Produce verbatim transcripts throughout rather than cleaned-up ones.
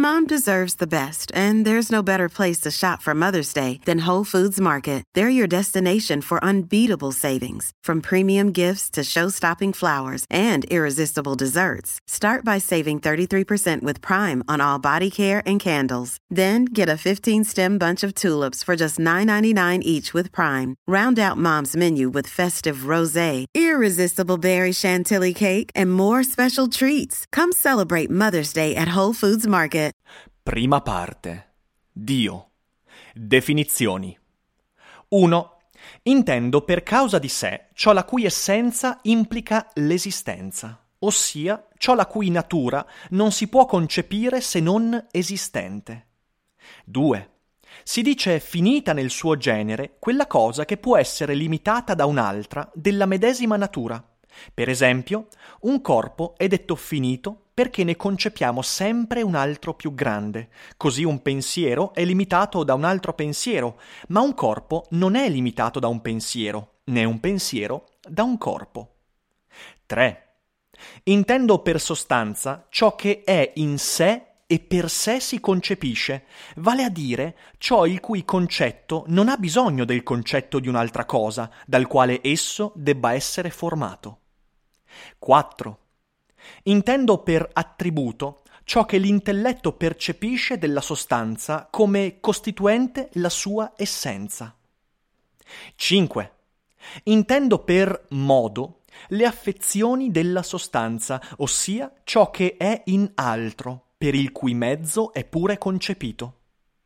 Mom deserves the best, and there's no better place to shop for Mother's Day than Whole Foods Market. They're your destination for unbeatable savings, from premium gifts to show-stopping flowers and irresistible desserts. Start by saving thirty-three percent with Prime on all body care and candles. Then get a fifteen-stem bunch of tulips for just nine ninety-nine each with Prime. Round out Mom's menu with festive rosé, irresistible berry chantilly cake, and more special treats. Come celebrate Mother's Day at Whole Foods Market. Prima parte. Dio. Definizioni. uno. Intendo per causa di sé ciò la cui essenza implica l'esistenza, ossia ciò la cui natura non si può concepire se non esistente. due. Si dice finita nel suo genere quella cosa che può essere limitata da un'altra della medesima natura. Per esempio, un corpo è detto finito perché ne concepiamo sempre un altro più grande. Così un pensiero è limitato da un altro pensiero, ma un corpo non è limitato da un pensiero, né un pensiero da un corpo. tre. Intendo per sostanza ciò che è in sé e per sé si concepisce, vale a dire ciò il cui concetto non ha bisogno del concetto di un'altra cosa, dal quale esso debba essere formato. quattro. Intendo per attributo ciò che l'intelletto percepisce della sostanza come costituente la sua essenza. cinque. Intendo per modo le affezioni della sostanza, ossia ciò che è in altro, per il cui mezzo è pure concepito.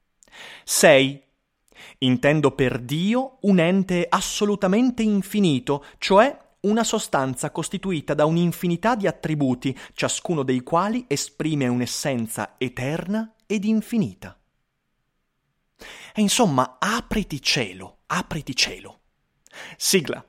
sei. Intendo per Dio un ente assolutamente infinito, cioè una sostanza costituita da un'infinità di attributi, ciascuno dei quali esprime un'essenza eterna ed infinita. E insomma, apriti cielo, apriti cielo. Sigla.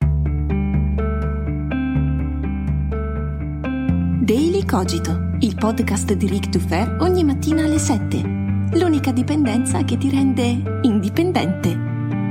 Daily Cogito, il podcast di Ric Dufer ogni mattina alle sette. L'unica dipendenza che ti rende indipendente.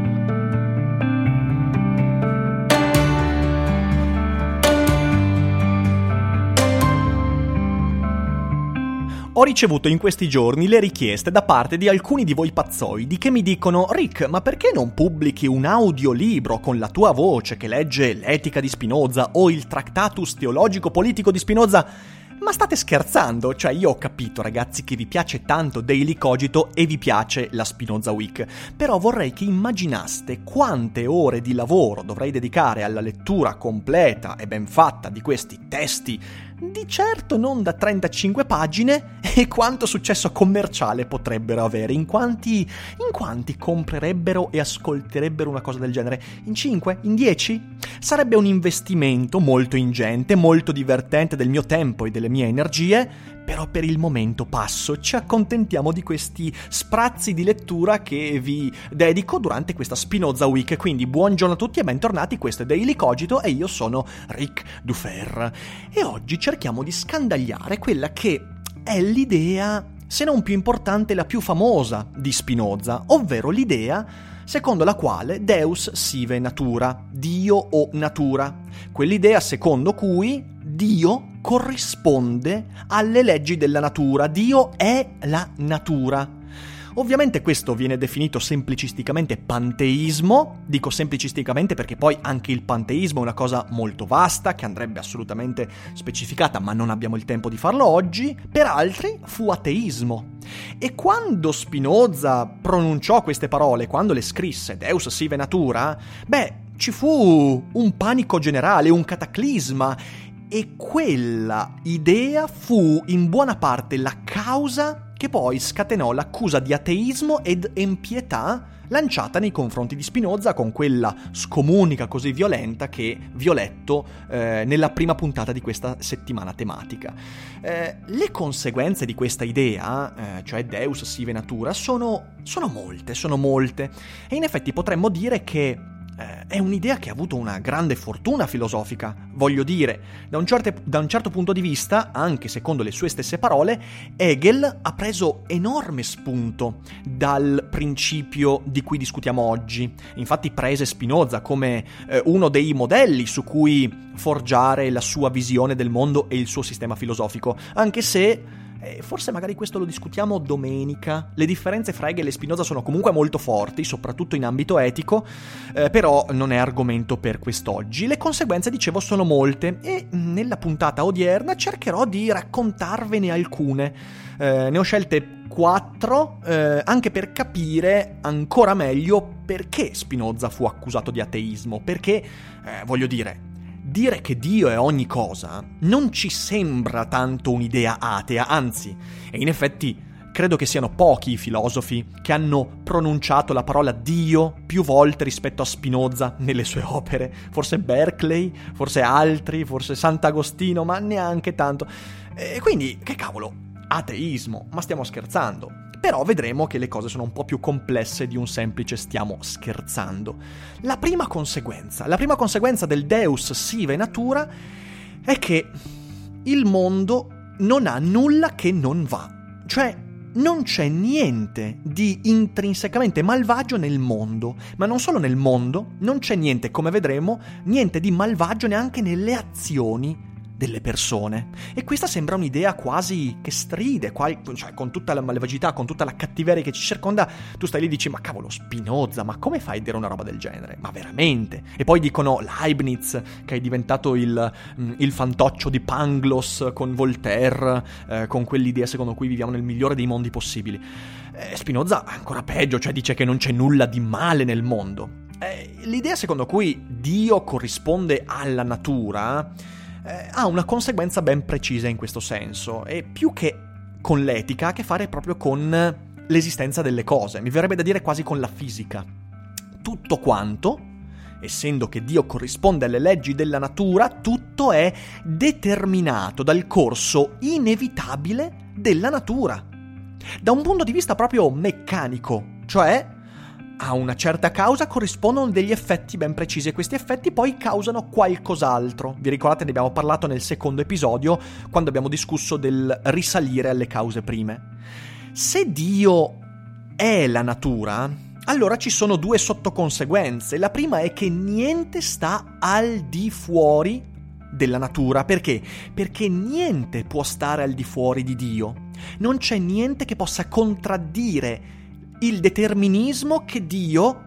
Ho ricevuto in questi giorni le richieste da parte di alcuni di voi pazzoidi che mi dicono: Rick, ma perché non pubblichi un audiolibro con la tua voce che legge l'Etica di Spinoza o il Tractatus teologico-politico di Spinoza? Ma state scherzando? Cioè, io ho capito, ragazzi, che vi piace tanto Daily Cogito e vi piace la Spinoza Week, però vorrei che immaginaste quante ore di lavoro dovrei dedicare alla lettura completa e ben fatta di questi testi, di certo non da trentacinque pagine, e quanto successo commerciale potrebbero avere. In quanti, in quanti comprerebbero e ascolterebbero una cosa del genere? In cinque? In dieci? Sarebbe un investimento molto ingente, molto divertente del mio tempo e delle mie energie, però per il momento passo, ci accontentiamo di questi sprazzi di lettura che vi dedico durante questa Spinoza Week. Quindi buongiorno a tutti e bentornati, questo è Daily Cogito e io sono Ric Dufer. E oggi cerchiamo di scandagliare quella che è l'idea, se non più importante, la più famosa di Spinoza, ovvero l'idea secondo la quale Deus sive natura, Dio o natura, quell'idea secondo cui Dio corrisponde alle leggi della natura, Dio è la natura. Ovviamente questo viene definito semplicisticamente panteismo, dico semplicisticamente perché poi anche il panteismo è una cosa molto vasta che andrebbe assolutamente specificata, ma non abbiamo il tempo di farlo oggi. Per altri fu ateismo. E quando Spinoza pronunciò queste parole, quando le scrisse, Deus sive natura, beh, ci fu un panico generale, un cataclisma, e quella idea fu in buona parte la causa che poi scatenò l'accusa di ateismo ed empietà lanciata nei confronti di Spinoza con quella scomunica così violenta che vi ho letto eh, nella prima puntata di questa settimana tematica. Eh, le conseguenze di questa idea, eh, cioè Deus sive natura, sono, sono molte, sono molte, e in effetti potremmo dire che è un'idea che ha avuto una grande fortuna filosofica. Voglio dire, da un, certo, da un certo punto di vista, anche secondo le sue stesse parole, Hegel ha preso enorme spunto dal principio di cui discutiamo oggi. Infatti prese Spinoza come eh, uno dei modelli su cui forgiare la sua visione del mondo e il suo sistema filosofico, anche se E forse magari questo lo discutiamo domenica. Le differenze fra Hegel e Spinoza sono comunque molto forti, soprattutto in ambito etico, eh, però non è argomento per quest'oggi. Le conseguenze, dicevo, sono molte e nella puntata odierna cercherò di raccontarvene alcune. Eh, ne ho scelte quattro, eh, anche per capire ancora meglio perché Spinoza fu accusato di ateismo. Perché, eh, voglio dire, dire che Dio è ogni cosa non ci sembra tanto un'idea atea, anzi, e in effetti credo che siano pochi i filosofi che hanno pronunciato la parola Dio più volte rispetto a Spinoza nelle sue opere. Forse Berkeley, forse altri, forse Sant'Agostino, ma neanche tanto. E quindi, che cavolo, ateismo, ma stiamo scherzando? Però vedremo che le cose sono un po' più complesse di un semplice stiamo scherzando. La prima conseguenza, la prima conseguenza del Deus sive natura è che il mondo non ha nulla che non va. Cioè, non c'è niente di intrinsecamente malvagio nel mondo, ma non solo nel mondo, non c'è niente, come vedremo, niente di malvagio neanche nelle azioni delle persone. E questa sembra un'idea quasi che stride, quasi, cioè con tutta la malvagità, con tutta la cattiveria che ci circonda. Tu stai lì e dici, ma cavolo, Spinoza, ma come fai a dire una roba del genere? Ma veramente? E poi dicono Leibniz, che è diventato il, il fantoccio di Pangloss con Voltaire, eh, con quell'idea secondo cui viviamo nel migliore dei mondi possibili. eh, Spinoza ancora peggio, cioè dice che non c'è nulla di male nel mondo. eh, L'idea secondo cui Dio corrisponde alla natura ha una conseguenza ben precisa in questo senso, e più che con l'etica ha a che fare proprio con l'esistenza delle cose, mi verrebbe da dire quasi con la fisica. Tutto quanto, essendo che Dio corrisponde alle leggi della natura, tutto è determinato dal corso inevitabile della natura, da un punto di vista proprio meccanico, cioè a una certa causa corrispondono degli effetti ben precisi e questi effetti poi causano qualcos'altro. Vi ricordate, ne abbiamo parlato nel secondo episodio quando abbiamo discusso del risalire alle cause prime. Se Dio è la natura, allora ci sono due sottoconseguenze. La prima è che niente sta al di fuori della natura. Perché? Perché niente può stare al di fuori di Dio. Non c'è niente che possa contraddire il determinismo che Dio,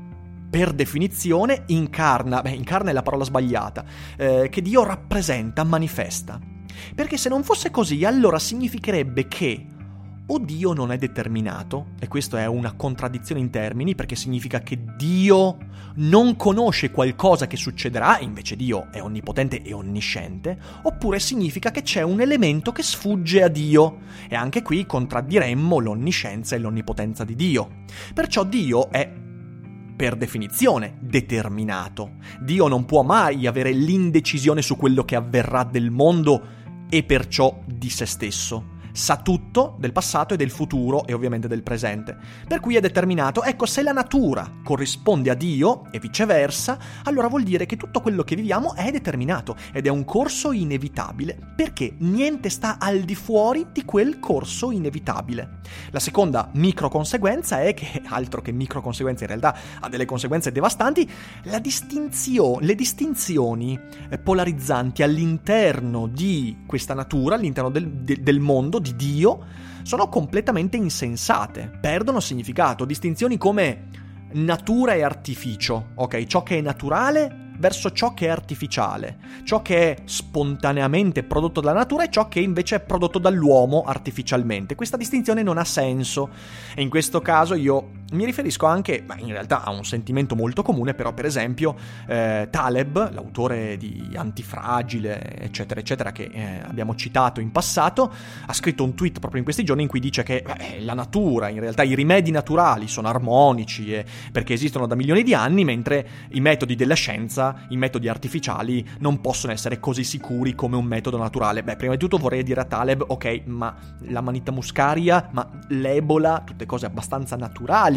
per definizione, incarna, beh, incarna è la parola sbagliata, eh, che Dio rappresenta, manifesta. Perché se non fosse così, allora significherebbe che o Dio non è determinato, e questo è una contraddizione in termini, perché significa che Dio non conosce qualcosa che succederà, invece Dio è onnipotente e onnisciente, oppure significa che c'è un elemento che sfugge a Dio, e anche qui contraddiremmo l'onniscienza e l'onnipotenza di Dio. Perciò Dio è, per definizione, determinato. Dio non può mai avere l'indecisione su quello che avverrà del mondo e perciò di se stesso. Sa tutto del passato e del futuro e ovviamente del presente, per cui è determinato. Ecco, se la natura corrisponde a Dio e viceversa, allora vuol dire che tutto quello che viviamo è determinato ed è un corso inevitabile, perché niente sta al di fuori di quel corso inevitabile. La seconda microconseguenza è che, altro che microconseguenze, in realtà ha delle conseguenze devastanti, la distinzione, le distinzioni polarizzanti all'interno di questa natura, all'interno del, de, del mondo, di Dio, sono completamente insensate, perdono significato. Distinzioni come natura e artificio, ok? Ciò che è naturale verso ciò che è artificiale, ciò che è spontaneamente prodotto dalla natura e ciò che invece è prodotto dall'uomo artificialmente. Questa distinzione non ha senso, e in questo caso io mi riferisco anche, ma in realtà a un sentimento molto comune, però per esempio eh, Taleb, l'autore di Antifragile, eccetera, eccetera, che eh, abbiamo citato in passato, ha scritto un tweet proprio in questi giorni in cui dice che eh, la natura, in realtà i rimedi naturali sono armonici eh, perché esistono da milioni di anni, mentre i metodi della scienza, i metodi artificiali, non possono essere così sicuri come un metodo naturale. Beh, prima di tutto vorrei dire a Taleb, ok, ma la manita muscaria, ma l'Ebola, tutte cose abbastanza naturali,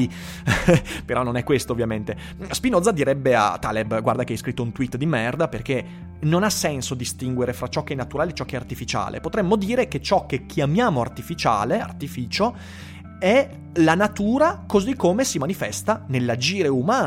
però non è questo ovviamente. Spinoza direbbe a Taleb, guarda che hai scritto un tweet di merda, perché non ha senso distinguere fra ciò che è naturale e ciò che è artificiale. Potremmo dire che ciò che chiamiamo artificiale, artificio, è la natura così come si manifesta nell'agire umano.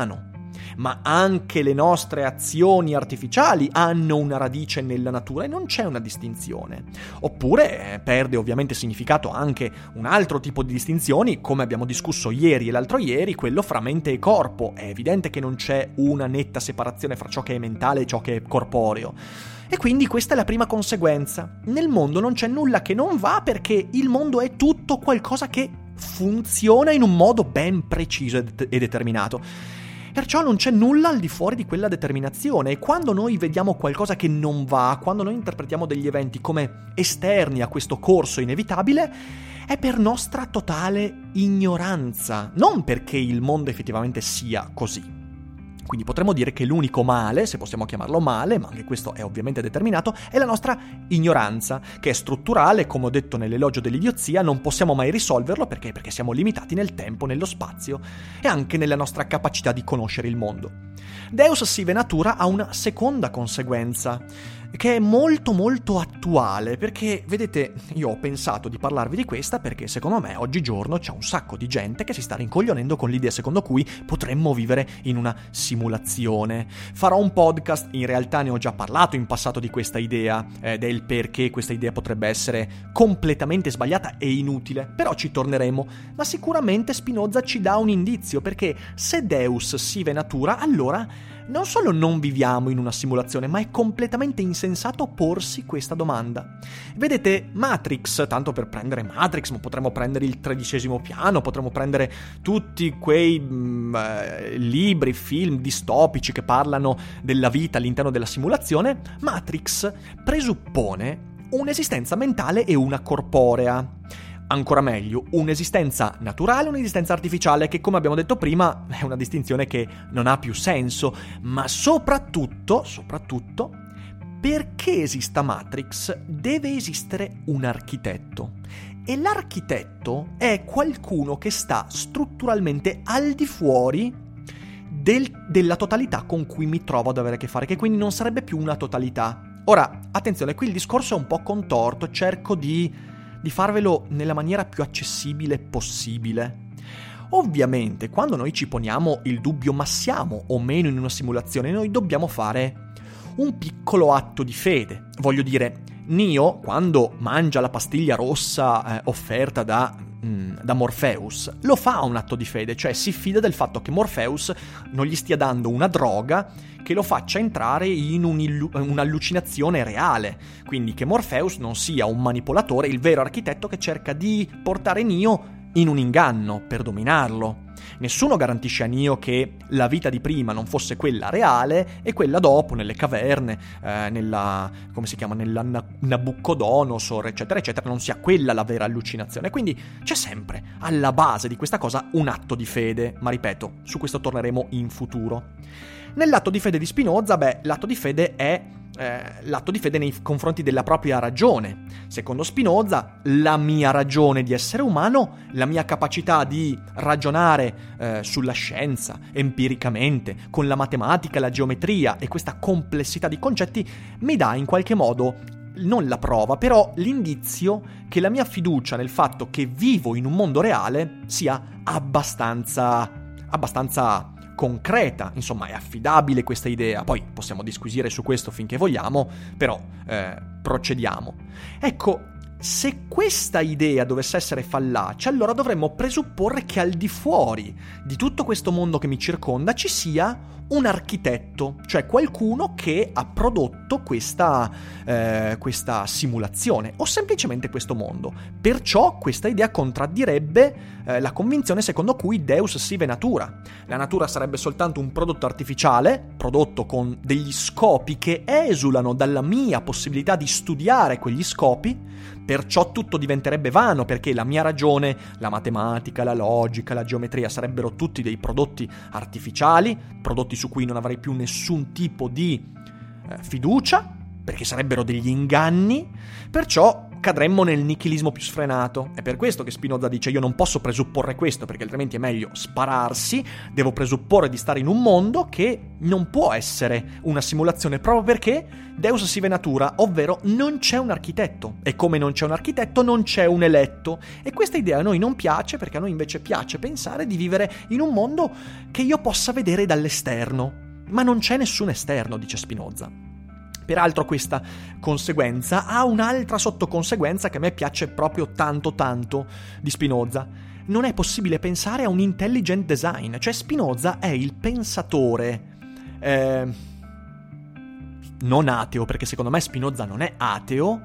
ma anche le nostre azioni artificiali hanno una radice nella natura e non c'è una distinzione. Oppure eh, perde ovviamente significato anche un altro tipo di distinzioni, come abbiamo discusso ieri e l'altro ieri, quello fra mente e corpo. È evidente che non c'è una netta separazione fra ciò che è mentale e ciò che è corporeo. E quindi questa è la prima conseguenza. Nel mondo non c'è nulla che non va, perché il mondo è tutto qualcosa che funziona in un modo ben preciso e determinato. Perciò non c'è nulla al di fuori di quella determinazione, e quando noi vediamo qualcosa che non va, quando noi interpretiamo degli eventi come esterni a questo corso inevitabile, è per nostra totale ignoranza, non perché il mondo effettivamente sia così. Quindi potremmo dire che l'unico male, se possiamo chiamarlo male, ma anche questo è ovviamente determinato, è la nostra ignoranza, che è strutturale, come ho detto nell'elogio dell'idiozia. Non possiamo mai risolverlo perché? Perché siamo limitati nel tempo, nello spazio e anche nella nostra capacità di conoscere il mondo. Deus sive natura ha una seconda conseguenza, che è molto molto attuale, perché vedete, io ho pensato di parlarvi di questa perché secondo me oggigiorno c'è un sacco di gente che si sta rincoglionendo con l'idea secondo cui potremmo vivere in una simulazione. Farò un podcast, in realtà ne ho già parlato in passato di questa idea, eh, del perché questa idea potrebbe essere completamente sbagliata e inutile, però ci torneremo. Ma sicuramente Spinoza ci dà un indizio, perché se Deus sive natura, allora non solo non viviamo in una simulazione, ma è completamente insensato porsi questa domanda. Vedete, Matrix, tanto per prendere Matrix, ma potremmo prendere il tredicesimo piano, potremmo prendere tutti quei mm, eh, libri, film distopici che parlano della vita all'interno della simulazione. Matrix presuppone un'esistenza mentale e una corporea. Ancora meglio, un'esistenza naturale e un'esistenza artificiale, che come abbiamo detto prima è una distinzione che non ha più senso, ma soprattutto, soprattutto, perché esista Matrix deve esistere un architetto. E l'architetto è qualcuno che sta strutturalmente al di fuori del, della totalità con cui mi trovo ad avere a che fare, che quindi non sarebbe più una totalità. Ora, attenzione, qui il discorso è un po' contorto, cerco di... di farvelo nella maniera più accessibile possibile. Ovviamente, quando noi ci poniamo il dubbio ma siamo o meno in una simulazione, noi dobbiamo fare un piccolo atto di fede. Voglio dire, Neo, quando mangia la pastiglia rossa eh, offerta da, mh, da Morpheus, lo fa un atto di fede, cioè si fida del fatto che Morpheus non gli stia dando una droga che lo faccia entrare in un'allucinazione reale, quindi che Morpheus non sia un manipolatore, il vero architetto che cerca di portare Neo in un inganno per dominarlo. Nessuno garantisce a Neo che la vita di prima non fosse quella reale e quella dopo nelle caverne, eh, nella, come si chiama, nella Nabucodonosor, eccetera, eccetera, non sia quella la vera allucinazione. Quindi c'è sempre alla base di questa cosa un atto di fede, ma ripeto, su questo torneremo in futuro. Nell'atto di fede di Spinoza, beh, l'atto di fede è eh, l'atto di fede nei confronti della propria ragione. Secondo Spinoza, la mia ragione di essere umano, la mia capacità di ragionare eh, sulla scienza, empiricamente, con la matematica, la geometria e questa complessità di concetti, mi dà in qualche modo non la prova, però l'indizio che la mia fiducia nel fatto che vivo in un mondo reale sia abbastanza abbastanza concreta, insomma è affidabile questa idea. Poi possiamo disquisire su questo finché vogliamo, però eh, procediamo. Ecco, se questa idea dovesse essere fallace, allora dovremmo presupporre che al di fuori di tutto questo mondo che mi circonda ci sia un architetto, cioè qualcuno che ha prodotto questa, eh, questa simulazione o semplicemente questo mondo. Perciò questa idea contraddirebbe eh, la convinzione secondo cui Deus sive natura. La natura sarebbe soltanto un prodotto artificiale, prodotto con degli scopi che esulano dalla mia possibilità di studiare quegli scopi, perciò tutto diventerebbe vano, perché la mia ragione, la matematica, la logica, la geometria sarebbero tutti dei prodotti artificiali, prodotti su cui non avrei più nessun tipo di eh, fiducia, perché sarebbero degli inganni. Perciò cadremmo nel nichilismo più sfrenato. È per questo che Spinoza dice: io non posso presupporre questo, perché altrimenti è meglio spararsi, devo presupporre di stare in un mondo che non può essere una simulazione, proprio perché Deus sive natura, ovvero non c'è un architetto, e come non c'è un architetto non c'è un eletto. E questa idea a noi non piace, perché a noi invece piace pensare di vivere in un mondo che io possa vedere dall'esterno. Ma non c'è nessun esterno, dice Spinoza. Peraltro questa conseguenza ha un'altra sottoconseguenza che a me piace proprio tanto tanto di Spinoza. Non è possibile pensare a un intelligent design, cioè Spinoza è il pensatore eh, non ateo, perché secondo me Spinoza non è ateo,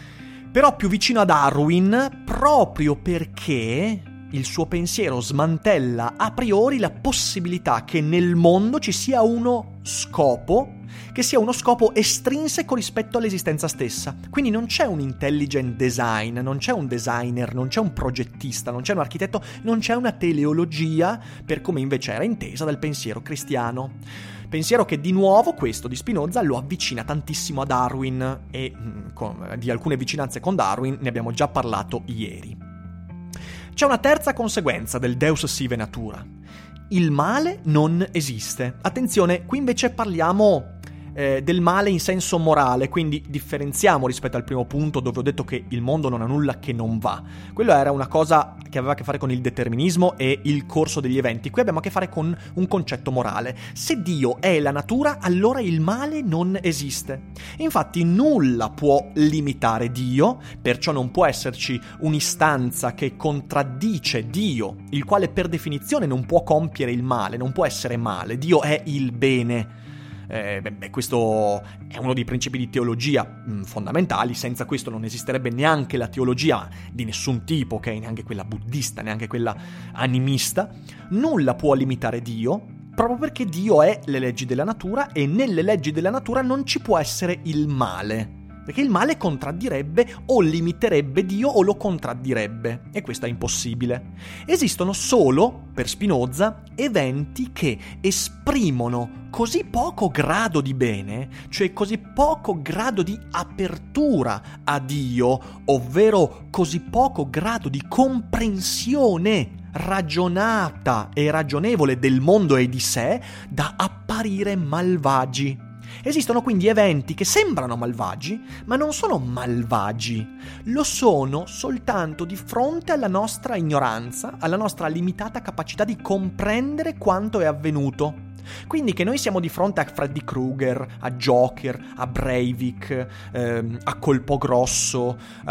però più vicino a Darwin, proprio perché il suo pensiero smantella a priori la possibilità che nel mondo ci sia uno scopo, che sia uno scopo estrinseco rispetto all'esistenza stessa. Quindi non c'è un intelligent design, non c'è un designer, non c'è un progettista, non c'è un architetto, non c'è una teleologia, per come invece era intesa dal pensiero cristiano. Pensiero che di nuovo, questo di Spinoza, lo avvicina tantissimo a Darwin, e con, di alcune vicinanze con Darwin ne abbiamo già parlato ieri. C'è una terza conseguenza del Deus sive natura. Il male non esiste. Attenzione, qui invece parliamo eh, del male in senso morale, quindi differenziamo rispetto al primo punto dove ho detto che il mondo non ha nulla che non va. Quello era una cosa che aveva a che fare con il determinismo e il corso degli eventi. Qui abbiamo a che fare con un concetto morale. Se Dio è la natura, allora il male non esiste. Infatti nulla può limitare Dio, perciò non può esserci un'istanza che contraddice Dio, il quale per definizione non può compiere il male, non può essere male. Dio è il bene. Eh, beh, questo è uno dei principi di teologia mh, fondamentali. Senza questo non esisterebbe neanche la teologia di nessun tipo, ok? Neanche quella buddista, neanche quella animista. Nulla può limitare Dio, proprio perché Dio è le leggi della natura, e nelle leggi della natura non ci può essere il male, perché il male contraddirebbe o limiterebbe Dio o lo contraddirebbe, e questo è impossibile. Esistono solo, per Spinoza, eventi che esprimono così poco grado di bene, cioè così poco grado di apertura a Dio, ovvero così poco grado di comprensione ragionata e ragionevole del mondo e di sé, da apparire malvagi. Esistono quindi eventi che sembrano malvagi, ma non sono malvagi. Lo sono soltanto di fronte alla nostra ignoranza, alla nostra limitata capacità di comprendere quanto è avvenuto. Quindi che noi siamo di fronte a Freddy Krueger, a Joker, a Breivik, ehm, a Colpo Grosso, eh,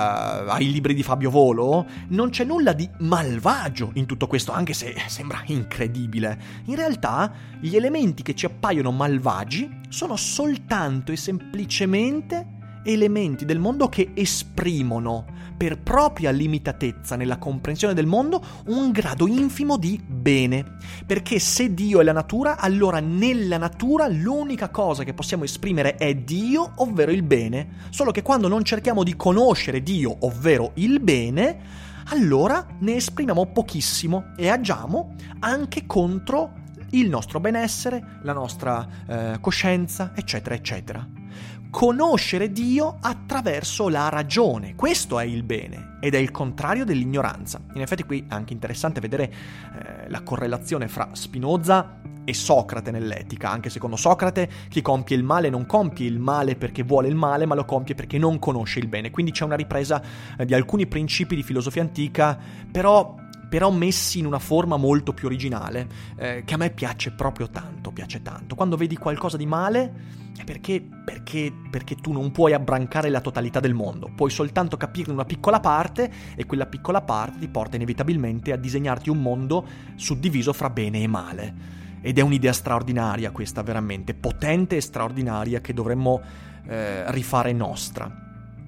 ai libri di Fabio Volo, non c'è nulla di malvagio in tutto questo, anche se sembra incredibile. In realtà gli elementi che ci appaiono malvagi sono soltanto e semplicemente elementi del mondo che esprimono, per propria limitatezza nella comprensione del mondo, un grado infimo di bene. Perché se Dio è la natura, allora nella natura l'unica cosa che possiamo esprimere è Dio, ovvero il bene. Solo che quando non cerchiamo di conoscere Dio, ovvero il bene, allora ne esprimiamo pochissimo e agiamo anche contro il nostro benessere, la nostra eh, coscienza, eccetera, eccetera. Conoscere Dio attraverso la ragione, questo è il bene, ed è il contrario dell'ignoranza. In effetti qui è anche interessante vedere eh, la correlazione fra Spinoza e Socrate nell'etica. Anche secondo Socrate chi compie il male non compie il male perché vuole il male, ma lo compie perché non conosce il bene. Quindi c'è una ripresa eh, di alcuni principi di filosofia antica, però... però messi in una forma molto più originale, eh, che a me piace proprio tanto, piace tanto. Quando vedi qualcosa di male è perché, perché, perché tu non puoi abbrancare la totalità del mondo, puoi soltanto capirne una piccola parte, e quella piccola parte ti porta inevitabilmente a disegnarti un mondo suddiviso fra bene e male. Ed è un'idea straordinaria questa, veramente potente e straordinaria, che dovremmo eh, rifare nostra.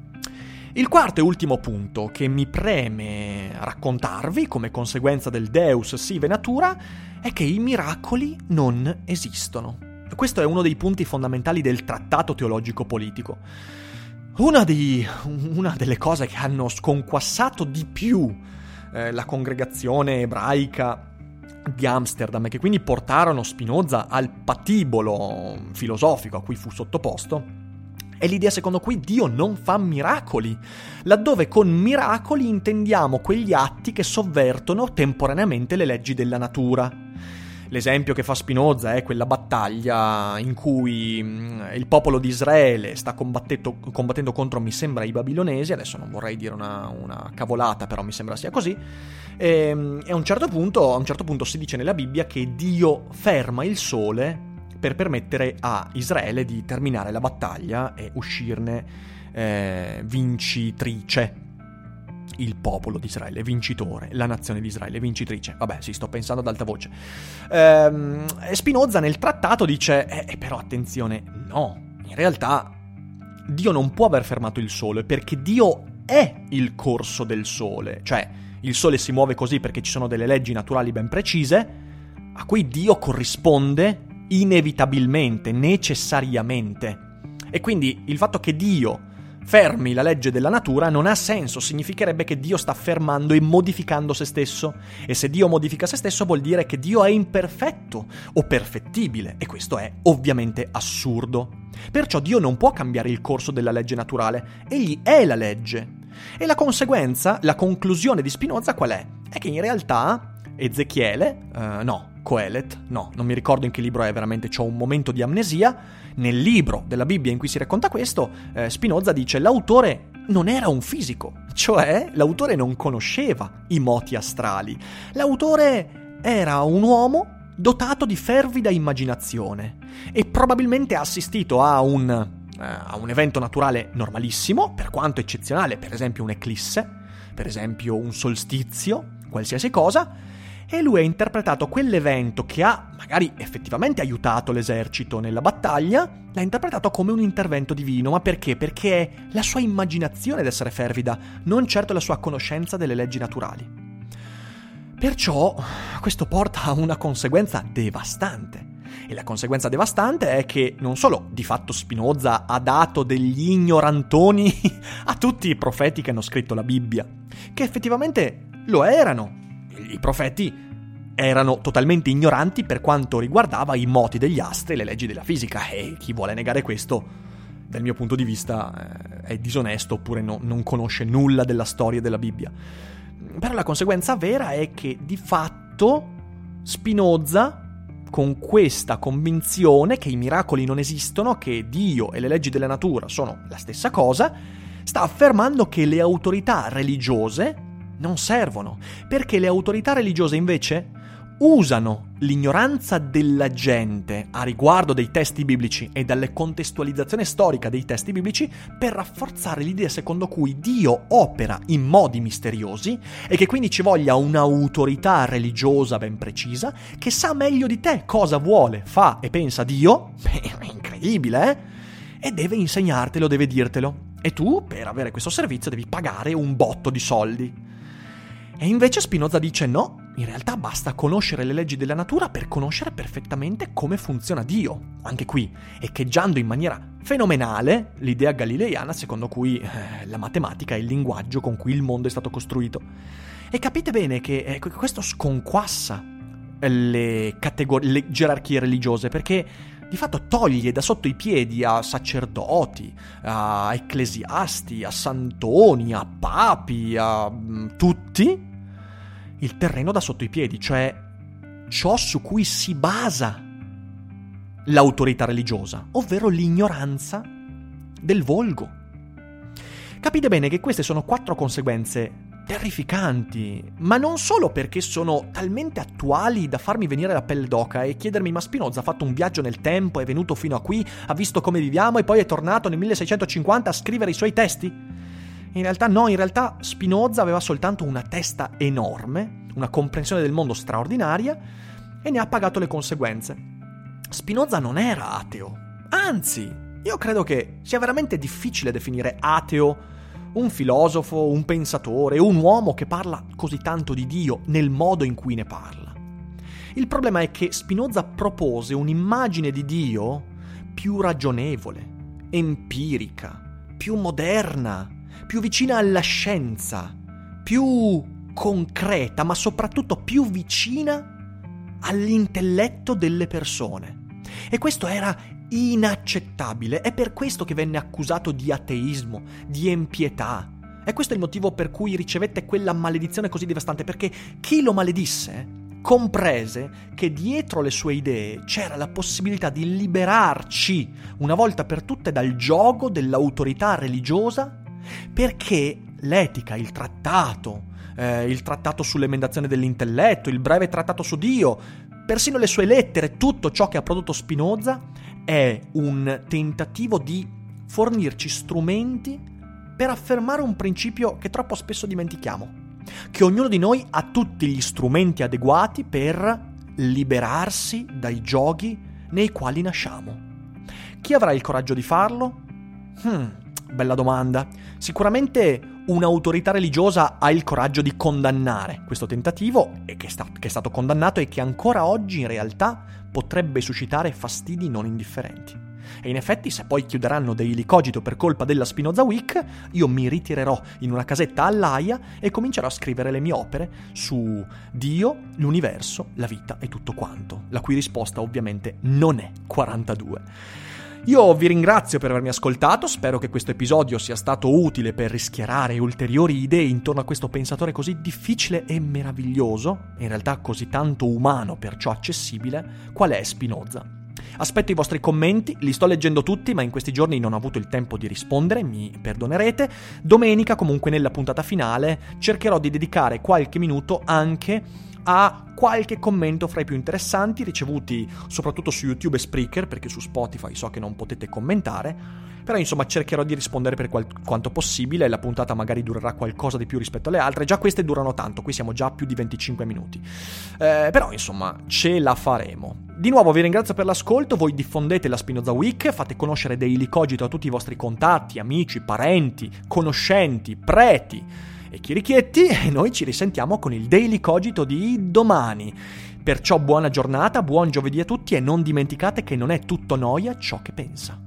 Il quarto e ultimo punto che mi preme raccontarvi come conseguenza del Deus sive natura è che i miracoli non esistono. Questo è uno dei punti fondamentali del trattato teologico-politico. Una, di, una delle cose che hanno sconquassato di più eh, la congregazione ebraica di Amsterdam, e che quindi portarono Spinoza al patibolo filosofico a cui fu sottoposto, È l'idea secondo cui Dio non fa miracoli, laddove con miracoli intendiamo quegli atti che sovvertono temporaneamente le leggi della natura. L'esempio che fa Spinoza è quella battaglia in cui il popolo di Israele sta combattendo, combattendo contro, mi sembra, i babilonesi. Adesso non vorrei dire una, una cavolata, però mi sembra sia così. E, e a un certo punto, a un certo punto si dice nella Bibbia che Dio ferma il sole per permettere a Israele di terminare la battaglia e uscirne eh, vincitrice. Il popolo di Israele vincitore, la nazione di Israele vincitrice. Vabbè, sì, sto pensando ad alta voce. Ehm, Spinoza nel trattato dice, eh, però attenzione, no, in realtà Dio non può aver fermato il sole, perché Dio è il corso del sole. Cioè, il sole si muove così perché ci sono delle leggi naturali ben precise, a cui Dio corrisponde inevitabilmente, necessariamente. E quindi il fatto che Dio fermi la legge della natura non ha senso, significherebbe che Dio sta fermando e modificando se stesso, e se Dio modifica se stesso vuol dire che Dio è imperfetto o perfettibile, e questo è ovviamente assurdo. Perciò Dio non può cambiare il corso della legge naturale, egli è la legge. E la conseguenza, la conclusione di Spinoza qual è? È che in realtà Ezechiele, uh, no, Coelet, no, non mi ricordo in che libro è, veramente c'ho un momento di amnesia. Nel libro della Bibbia in cui si racconta questo, eh, Spinoza dice l'autore non era un fisico, cioè l'autore non conosceva i moti astrali. L'autore era un uomo dotato di fervida immaginazione e probabilmente ha assistito a un, eh, a un evento naturale normalissimo, per quanto eccezionale, per esempio un'eclisse, per esempio un solstizio, qualsiasi cosa, e lui ha interpretato quell'evento che ha magari effettivamente aiutato l'esercito nella battaglia, l'ha interpretato come un intervento divino. Ma perché? Perché è la sua immaginazione ad essere fervida, non certo la sua conoscenza delle leggi naturali. Perciò questo porta a una conseguenza devastante. E la conseguenza devastante è che non solo di fatto Spinoza ha dato degli ignorantoni a tutti i profeti che hanno scritto la Bibbia, che effettivamente lo erano. I profeti erano totalmente ignoranti per quanto riguardava i moti degli astri e le leggi della fisica, e chi vuole negare questo, dal mio punto di vista, è disonesto oppure no, non conosce nulla della storia della Bibbia. Però la conseguenza vera è che di fatto Spinoza, con questa convinzione che i miracoli non esistono, che Dio e le leggi della natura sono la stessa cosa, sta affermando che le autorità religiose non servono, perché le autorità religiose invece usano l'ignoranza della gente a riguardo dei testi biblici e dalle contestualizzazione storica dei testi biblici per rafforzare l'idea secondo cui Dio opera in modi misteriosi e che quindi ci voglia un'autorità religiosa ben precisa che sa meglio di te cosa vuole, fa e pensa Dio. Beh, è incredibile, eh? E deve insegnartelo, deve dirtelo. E tu, per avere questo servizio, devi pagare un botto di soldi. E invece Spinoza dice no, in realtà basta conoscere le leggi della natura per conoscere perfettamente come funziona Dio. Anche qui, echeggiando in maniera fenomenale l'idea galileiana secondo cui eh, la matematica è il linguaggio con cui il mondo è stato costruito. E capite bene che eh, questo sconquassa le, categor- le gerarchie religiose, perché di fatto toglie da sotto i piedi a sacerdoti, a ecclesiasti, a santoni, a papi, a mh, tutti il terreno da sotto i piedi, cioè ciò su cui si basa l'autorità religiosa, ovvero l'ignoranza del volgo. Capite bene che queste sono quattro conseguenze terrificanti, ma non solo perché sono talmente attuali da farmi venire la pelle d'oca e chiedermi ma Spinoza ha fatto un viaggio nel tempo, è venuto fino a qui, ha visto come viviamo e poi è tornato nel milleseicentocinquanta a scrivere i suoi testi? In realtà no, in realtà Spinoza aveva soltanto una testa enorme, una comprensione del mondo straordinaria e ne ha pagato le conseguenze. Spinoza non era ateo, anzi, io credo che sia veramente difficile definire ateo un filosofo, un pensatore, un uomo che parla così tanto di Dio nel modo in cui ne parla. Il problema è che Spinoza propose un'immagine di Dio più ragionevole, empirica, più moderna, più vicina alla scienza, più concreta, ma soprattutto più vicina all'intelletto delle persone. E questo era inaccettabile. È per questo che venne accusato di ateismo, di empietà. E questo è il motivo per cui ricevette quella maledizione così devastante, perché chi lo maledisse comprese che dietro le sue idee c'era la possibilità di liberarci una volta per tutte dal giogo dell'autorità religiosa, perché l'etica, il trattato, eh, il trattato sull'emendazione dell'intelletto, il breve trattato su Dio, persino le sue lettere, tutto ciò che ha prodotto Spinoza è un tentativo di fornirci strumenti per affermare un principio che troppo spesso dimentichiamo, che ognuno di noi ha tutti gli strumenti adeguati per liberarsi dai giochi nei quali nasciamo. Chi avrà il coraggio di farlo? Hmm, bella domanda. Sicuramente un'autorità religiosa ha il coraggio di condannare questo tentativo, e che, sta, che è stato condannato e che ancora oggi in realtà potrebbe suscitare fastidi non indifferenti. E in effetti, se poi chiuderanno Daily Cogito per colpa della Spinoza Week, io mi ritirerò in una casetta all'Aia e comincerò a scrivere le mie opere su Dio, l'universo, la vita e tutto quanto, la cui risposta ovviamente non è quarantadue. Io vi ringrazio per avermi ascoltato, spero che questo episodio sia stato utile per rischiarare ulteriori idee intorno a questo pensatore così difficile e meraviglioso, e in realtà così tanto umano, perciò accessibile, qual è Spinoza. Aspetto i vostri commenti, li sto leggendo tutti, ma in questi giorni non ho avuto il tempo di rispondere, mi perdonerete. Domenica, comunque, nella puntata finale, cercherò di dedicare qualche minuto anche a qualche commento fra i più interessanti ricevuti soprattutto su YouTube e Spreaker, perché su Spotify so che non potete commentare. Però insomma cercherò di rispondere per qual- quanto possibile. La puntata magari durerà qualcosa di più rispetto alle altre, già queste durano tanto, qui siamo già a più di venticinque minuti, eh, però insomma ce la faremo. Di nuovo vi ringrazio per l'ascolto, voi diffondete la Spinoza Week, fate conoscere Daily Cogito a tutti i vostri contatti, amici, parenti, conoscenti, preti e chirichietti, e noi ci risentiamo con il Daily Cogito di domani. Perciò buona giornata, buon giovedì a tutti, e non dimenticate che non è tutto noia ciò che pensa.